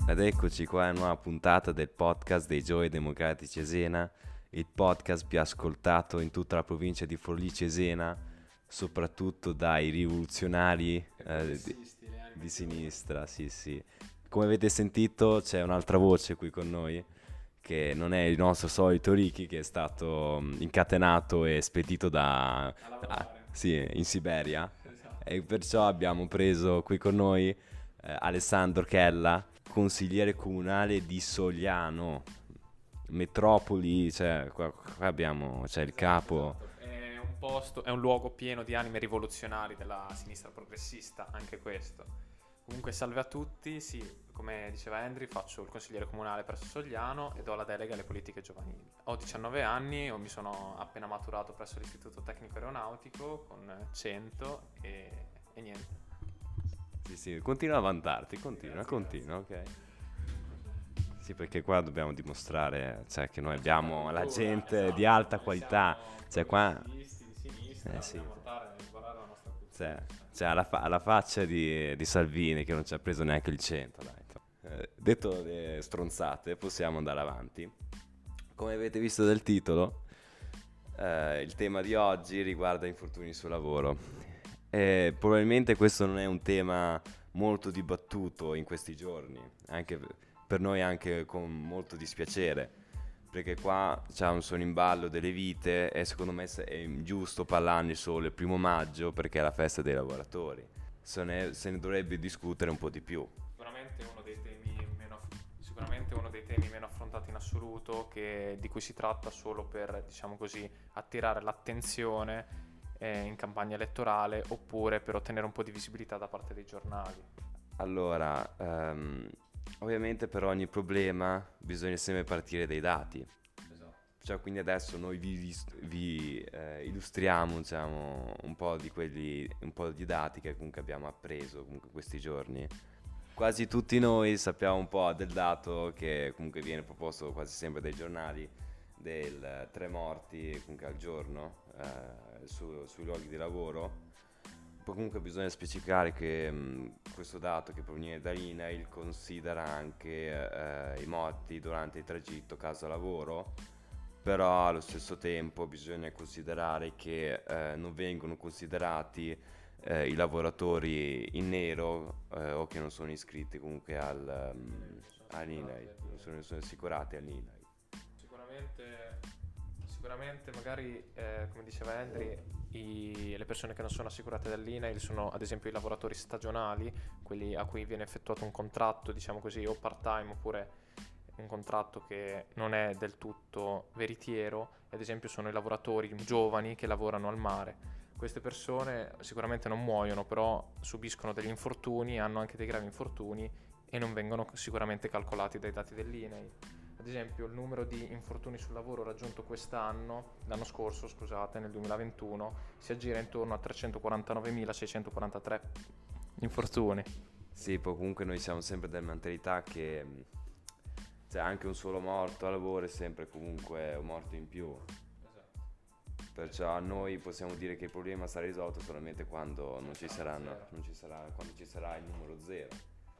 Ed eccoci qua a una nuova puntata del podcast dei Giovani Democratici Cesena, il podcast più ascoltato in tutta la provincia di Forlì Cesena, soprattutto dai rivoluzionari Le anime di più... sinistra, sì sì. Come avete sentito c'è un'altra voce qui con noi, che non è il nostro solito Ricky, che è stato incatenato e spedito a lavorare. sì, in Siberia, Esatto. e perciò abbiamo preso qui con noi Alessandro Chella, consigliere comunale di Sogliano, metropoli, cioè qua abbiamo, c'è il Esatto, capo. esatto. È un luogo pieno di anime rivoluzionari della sinistra progressista, anche questo. Comunque salve a tutti, sì, come diceva Andri, faccio il consigliere comunale presso Sogliano e do la delega alle politiche giovanili. Ho 19 anni, mi sono appena maturato presso l'Istituto Tecnico Aeronautico con 100 e niente. Sì, sì, continua a vantarti, continua, Grazie, continua, grazie. ok. Sì, perché qua dobbiamo dimostrare, cioè, che noi abbiamo la gente di Esatto, alta noi qualità, siamo cioè qua, progressivisti di sinistra, sì, dobbiamo guardare la nostra cioè, cultura. alla faccia di Salvini che non ci ha preso neanche il 100, dai. Detto le stronzate, possiamo andare avanti. Come avete visto dal titolo, il tema di oggi riguarda infortuni sul lavoro. E probabilmente questo non è un tema molto dibattuto in questi giorni, anche per noi anche con molto dispiacere, perché qua c'è un suono in ballo delle vite e secondo me è giusto parlarne solo il 1° maggio perché è la festa dei lavoratori. Se ne dovrebbe discutere un po' di più. Sicuramente uno dei temi meno affrontati in assoluto, di cui si tratta solo per, diciamo così, attirare l'attenzione in campagna elettorale oppure per ottenere un po' di visibilità da parte dei giornali. Allora, ovviamente per ogni problema bisogna sempre partire dai dati. Esatto. Cioè, quindi adesso noi vi illustriamo, diciamo, un po' di dati che comunque abbiamo appreso comunque questi giorni. Quasi tutti noi sappiamo un po' del dato che comunque viene proposto quasi sempre dai giornali del 3 morti comunque al giorno sui luoghi di lavoro. Poi comunque bisogna specificare che questo dato che proviene dall'INAIL considera anche i morti durante il tragitto casa-lavoro, però allo stesso tempo bisogna considerare che non vengono considerati i lavoratori in nero o che non sono iscritti comunque all'INAIL, non sono assicurati all'INAIL. Sicuramente, sicuramente magari, come diceva Andri, le persone che non sono assicurate dall'INAIL sono ad esempio i lavoratori stagionali, quelli a cui viene effettuato un contratto, diciamo così, o part-time oppure un contratto che non è del tutto veritiero, ad esempio sono i lavoratori giovani che lavorano al mare. Queste persone sicuramente non muoiono, però subiscono degli infortuni, hanno anche dei gravi infortuni e non vengono sicuramente calcolati dai dati dell'INAIL. Ad esempio, il numero di infortuni sul lavoro raggiunto l'anno scorso, scusate, nel 2021, si aggira intorno a 349.643 infortuni. Sì, poi comunque noi siamo sempre della mentalità che cioè, anche un solo morto a lavoro è sempre comunque un morto in più. Esatto. Perciò noi possiamo dire che il problema sarà risolto solamente quando non ci Zero. quando ci sarà il numero 0.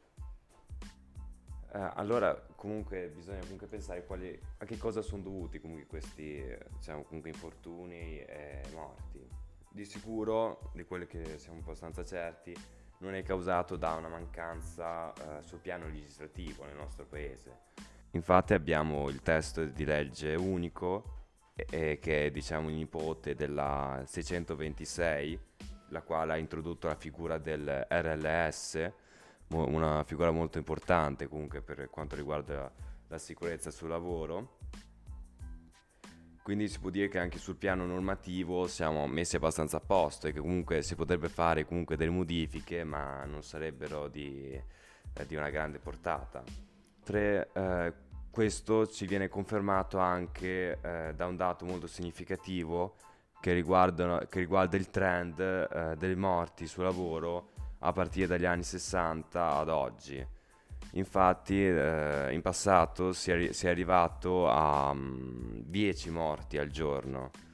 Allora comunque bisogna comunque pensare a che cosa sono dovuti comunque questi diciamo, comunque infortuni e morti. Di sicuro, di quello che siamo abbastanza certi, non è causato da una mancanza sul piano legislativo nel nostro paese. Infatti abbiamo il testo di legge unico che è diciamo il nipote della 626, la quale ha introdotto la figura del RLS, una figura molto importante comunque per quanto riguarda la sicurezza sul lavoro. Quindi si può dire che anche sul piano normativo siamo messi abbastanza a posto e che comunque si potrebbe fare comunque delle modifiche, ma non sarebbero di una grande portata. Questo ci viene confermato anche da un dato molto significativo che riguarda il trend delle morti sul lavoro a partire dagli anni 60 ad oggi. Infatti in passato si è arrivato a 10 morti al giorno,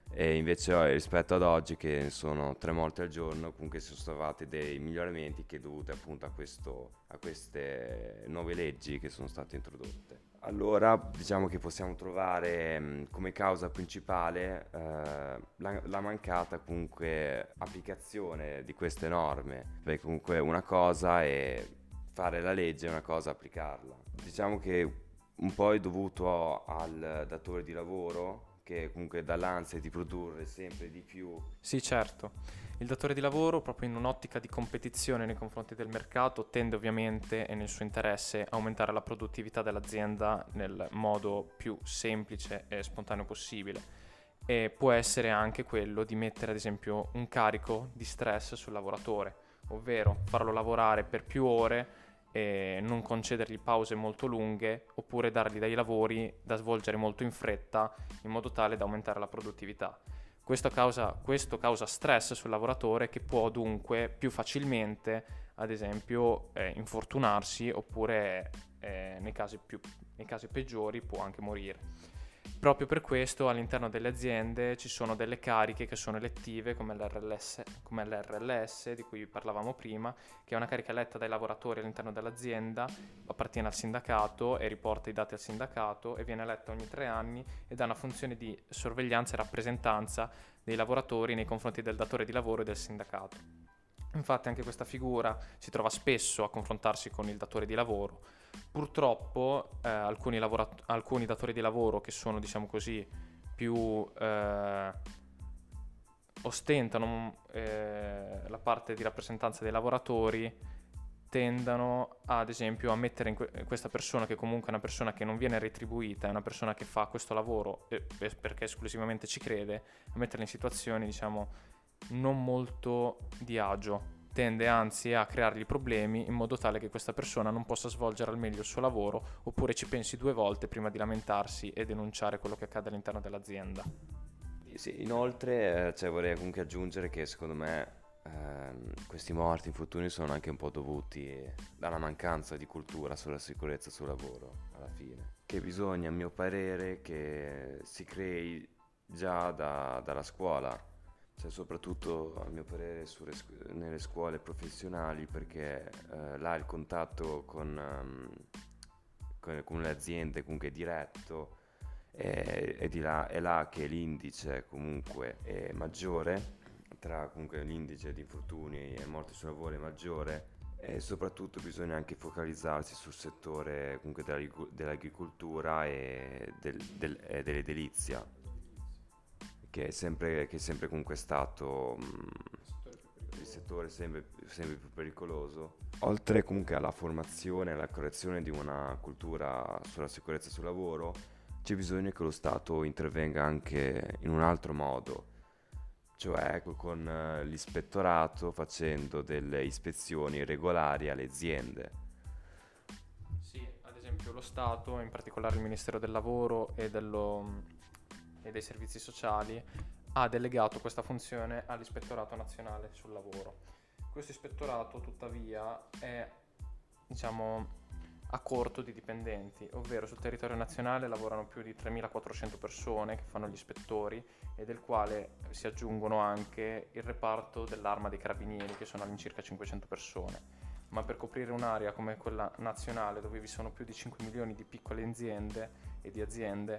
E invece rispetto ad oggi, che sono 3 morti al giorno, comunque ci sono stati dei miglioramenti che dovuti appunto a queste nuove leggi che sono state introdotte. Allora, diciamo che possiamo trovare come causa principale la mancata comunque applicazione di queste norme, perché comunque una cosa è fare la legge e una cosa è applicarla. Diciamo che un po' è dovuto al datore di lavoro che comunque dall'ansia di produrre sempre di più. Sì, certo. Il datore di lavoro, proprio in un'ottica di competizione nei confronti del mercato, tende ovviamente e nel suo interesse a aumentare la produttività dell'azienda nel modo più semplice e spontaneo possibile. E può essere anche quello di mettere, ad esempio, un carico di stress sul lavoratore, ovvero farlo lavorare per più ore e non concedergli pause molto lunghe, oppure dargli dei lavori da svolgere molto in fretta in modo tale da aumentare la produttività. Questo causa stress sul lavoratore, che può dunque più facilmente, ad esempio, infortunarsi, oppure nei casi peggiori può anche morire. Proprio per questo all'interno delle aziende ci sono delle cariche che sono elettive, come l'RLS di cui parlavamo prima, che è una carica eletta dai lavoratori all'interno dell'azienda, appartiene al sindacato e riporta i dati al sindacato, e viene eletta ogni 3 anni ed ha una funzione di sorveglianza e rappresentanza dei lavoratori nei confronti del datore di lavoro e del sindacato. Infatti anche questa figura si trova spesso a confrontarsi con il datore di lavoro. Purtroppo alcuni datori di lavoro che sono, diciamo così, più ostentano la parte di rappresentanza dei lavoratori, tendono ad esempio a mettere questa persona, che comunque è una persona che non viene retribuita, è una persona che fa questo lavoro perché esclusivamente ci crede, a metterla in situazioni, diciamo, non molto di agio. Tende anzi a creargli problemi in modo tale che questa persona non possa svolgere al meglio il suo lavoro, oppure ci pensi 2 volte prima di lamentarsi e denunciare quello che accade all'interno dell'azienda. Sì, inoltre vorrei comunque aggiungere che secondo me questi morti, infortuni sono anche un po' dovuti dalla mancanza di cultura sulla sicurezza sul lavoro alla fine, che bisogna, a mio parere, che si crei già dalla scuola, cioè soprattutto a mio parere nelle scuole professionali, perché là il contatto con le aziende comunque è diretto, è là che l'indice comunque è maggiore, tra comunque l'indice di infortuni e morti sul lavoro è maggiore, e soprattutto bisogna anche focalizzarsi sul settore comunque dell'agricoltura e dell'edilizia, che è sempre comunque stato il settore sempre più pericoloso. Oltre comunque alla formazione e alla correzione di una cultura sulla sicurezza sul lavoro, c'è bisogno che lo Stato intervenga anche in un altro modo, cioè con l'ispettorato, facendo delle ispezioni regolari alle aziende. Sì, ad esempio lo Stato, in particolare il Ministero del Lavoro e dei Servizi Sociali, ha delegato questa funzione all'Ispettorato Nazionale sul Lavoro. Questo ispettorato, tuttavia, è, diciamo, a corto di dipendenti, ovvero sul territorio nazionale lavorano più di 3.400 persone che fanno gli ispettori, e del quale si aggiungono anche il reparto dell'Arma dei Carabinieri, che sono all'incirca 500 persone. Ma per coprire un'area come quella nazionale, dove vi sono più di 5 milioni di piccole aziende e di aziende,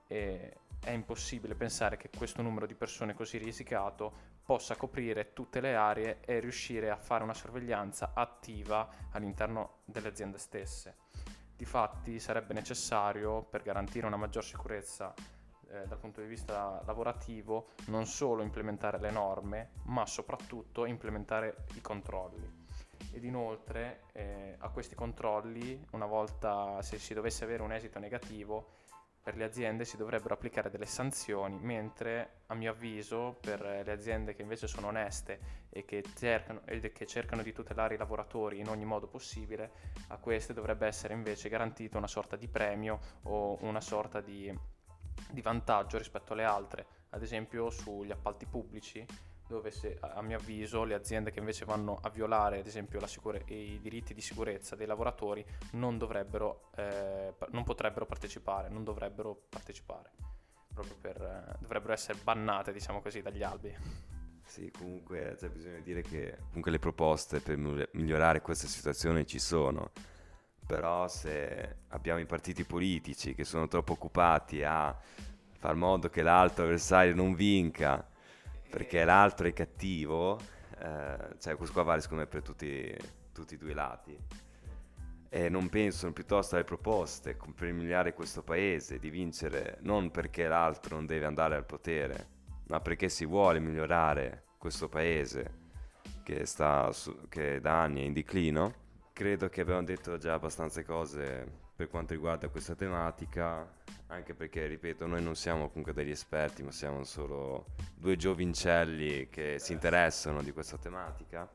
è impossibile pensare che questo numero di persone così risicato possa coprire tutte le aree e riuscire a fare una sorveglianza attiva all'interno delle aziende stesse. Difatti sarebbe necessario, per garantire una maggior sicurezza dal punto di vista lavorativo, non solo implementare le norme, ma soprattutto implementare i controlli. Ed inoltre a questi controlli, una volta, se si dovesse avere un esito negativo, per le aziende si dovrebbero applicare delle sanzioni, mentre a mio avviso per le aziende che invece sono oneste e che cercano di tutelare i lavoratori in ogni modo possibile, a queste dovrebbe essere invece garantita una sorta di premio o una sorta di vantaggio rispetto alle altre, ad esempio sugli appalti pubblici, dove a mio avviso le aziende che invece vanno a violare ad esempio i diritti di sicurezza dei lavoratori non potrebbero partecipare, non dovrebbero partecipare. proprio dovrebbero essere bannate, diciamo così, dagli albi. Sì, comunque c'è bisogno di dire che comunque le proposte per migliorare questa situazione ci sono, però se abbiamo i partiti politici che sono troppo occupati a far modo che l'altro avversario non vinca perché l'altro è cattivo, cioè questo qua vale secondo me per tutti i due lati, e non pensano piuttosto alle proposte per migliorare questo paese, di vincere non perché l'altro non deve andare al potere, ma perché si vuole migliorare questo paese che da anni è in declino. Credo che abbiamo detto già abbastanza cose per quanto riguarda questa tematica, anche perché, ripeto, noi non siamo comunque degli esperti, ma siamo solo due giovincelli che si interessano di questa tematica.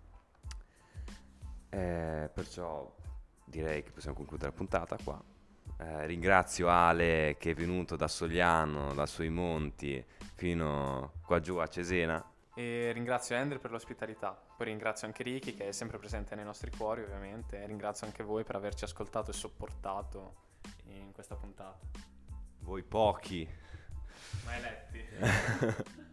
Perciò direi che possiamo concludere la puntata qua. Ringrazio Ale che è venuto da Sogliano, dai suoi monti, fino qua giù a Cesena. E ringrazio Andrew per l'ospitalità, poi ringrazio anche Ricky che è sempre presente nei nostri cuori ovviamente, e ringrazio anche voi per averci ascoltato e sopportato in questa puntata. Voi pochi. Ma eletti.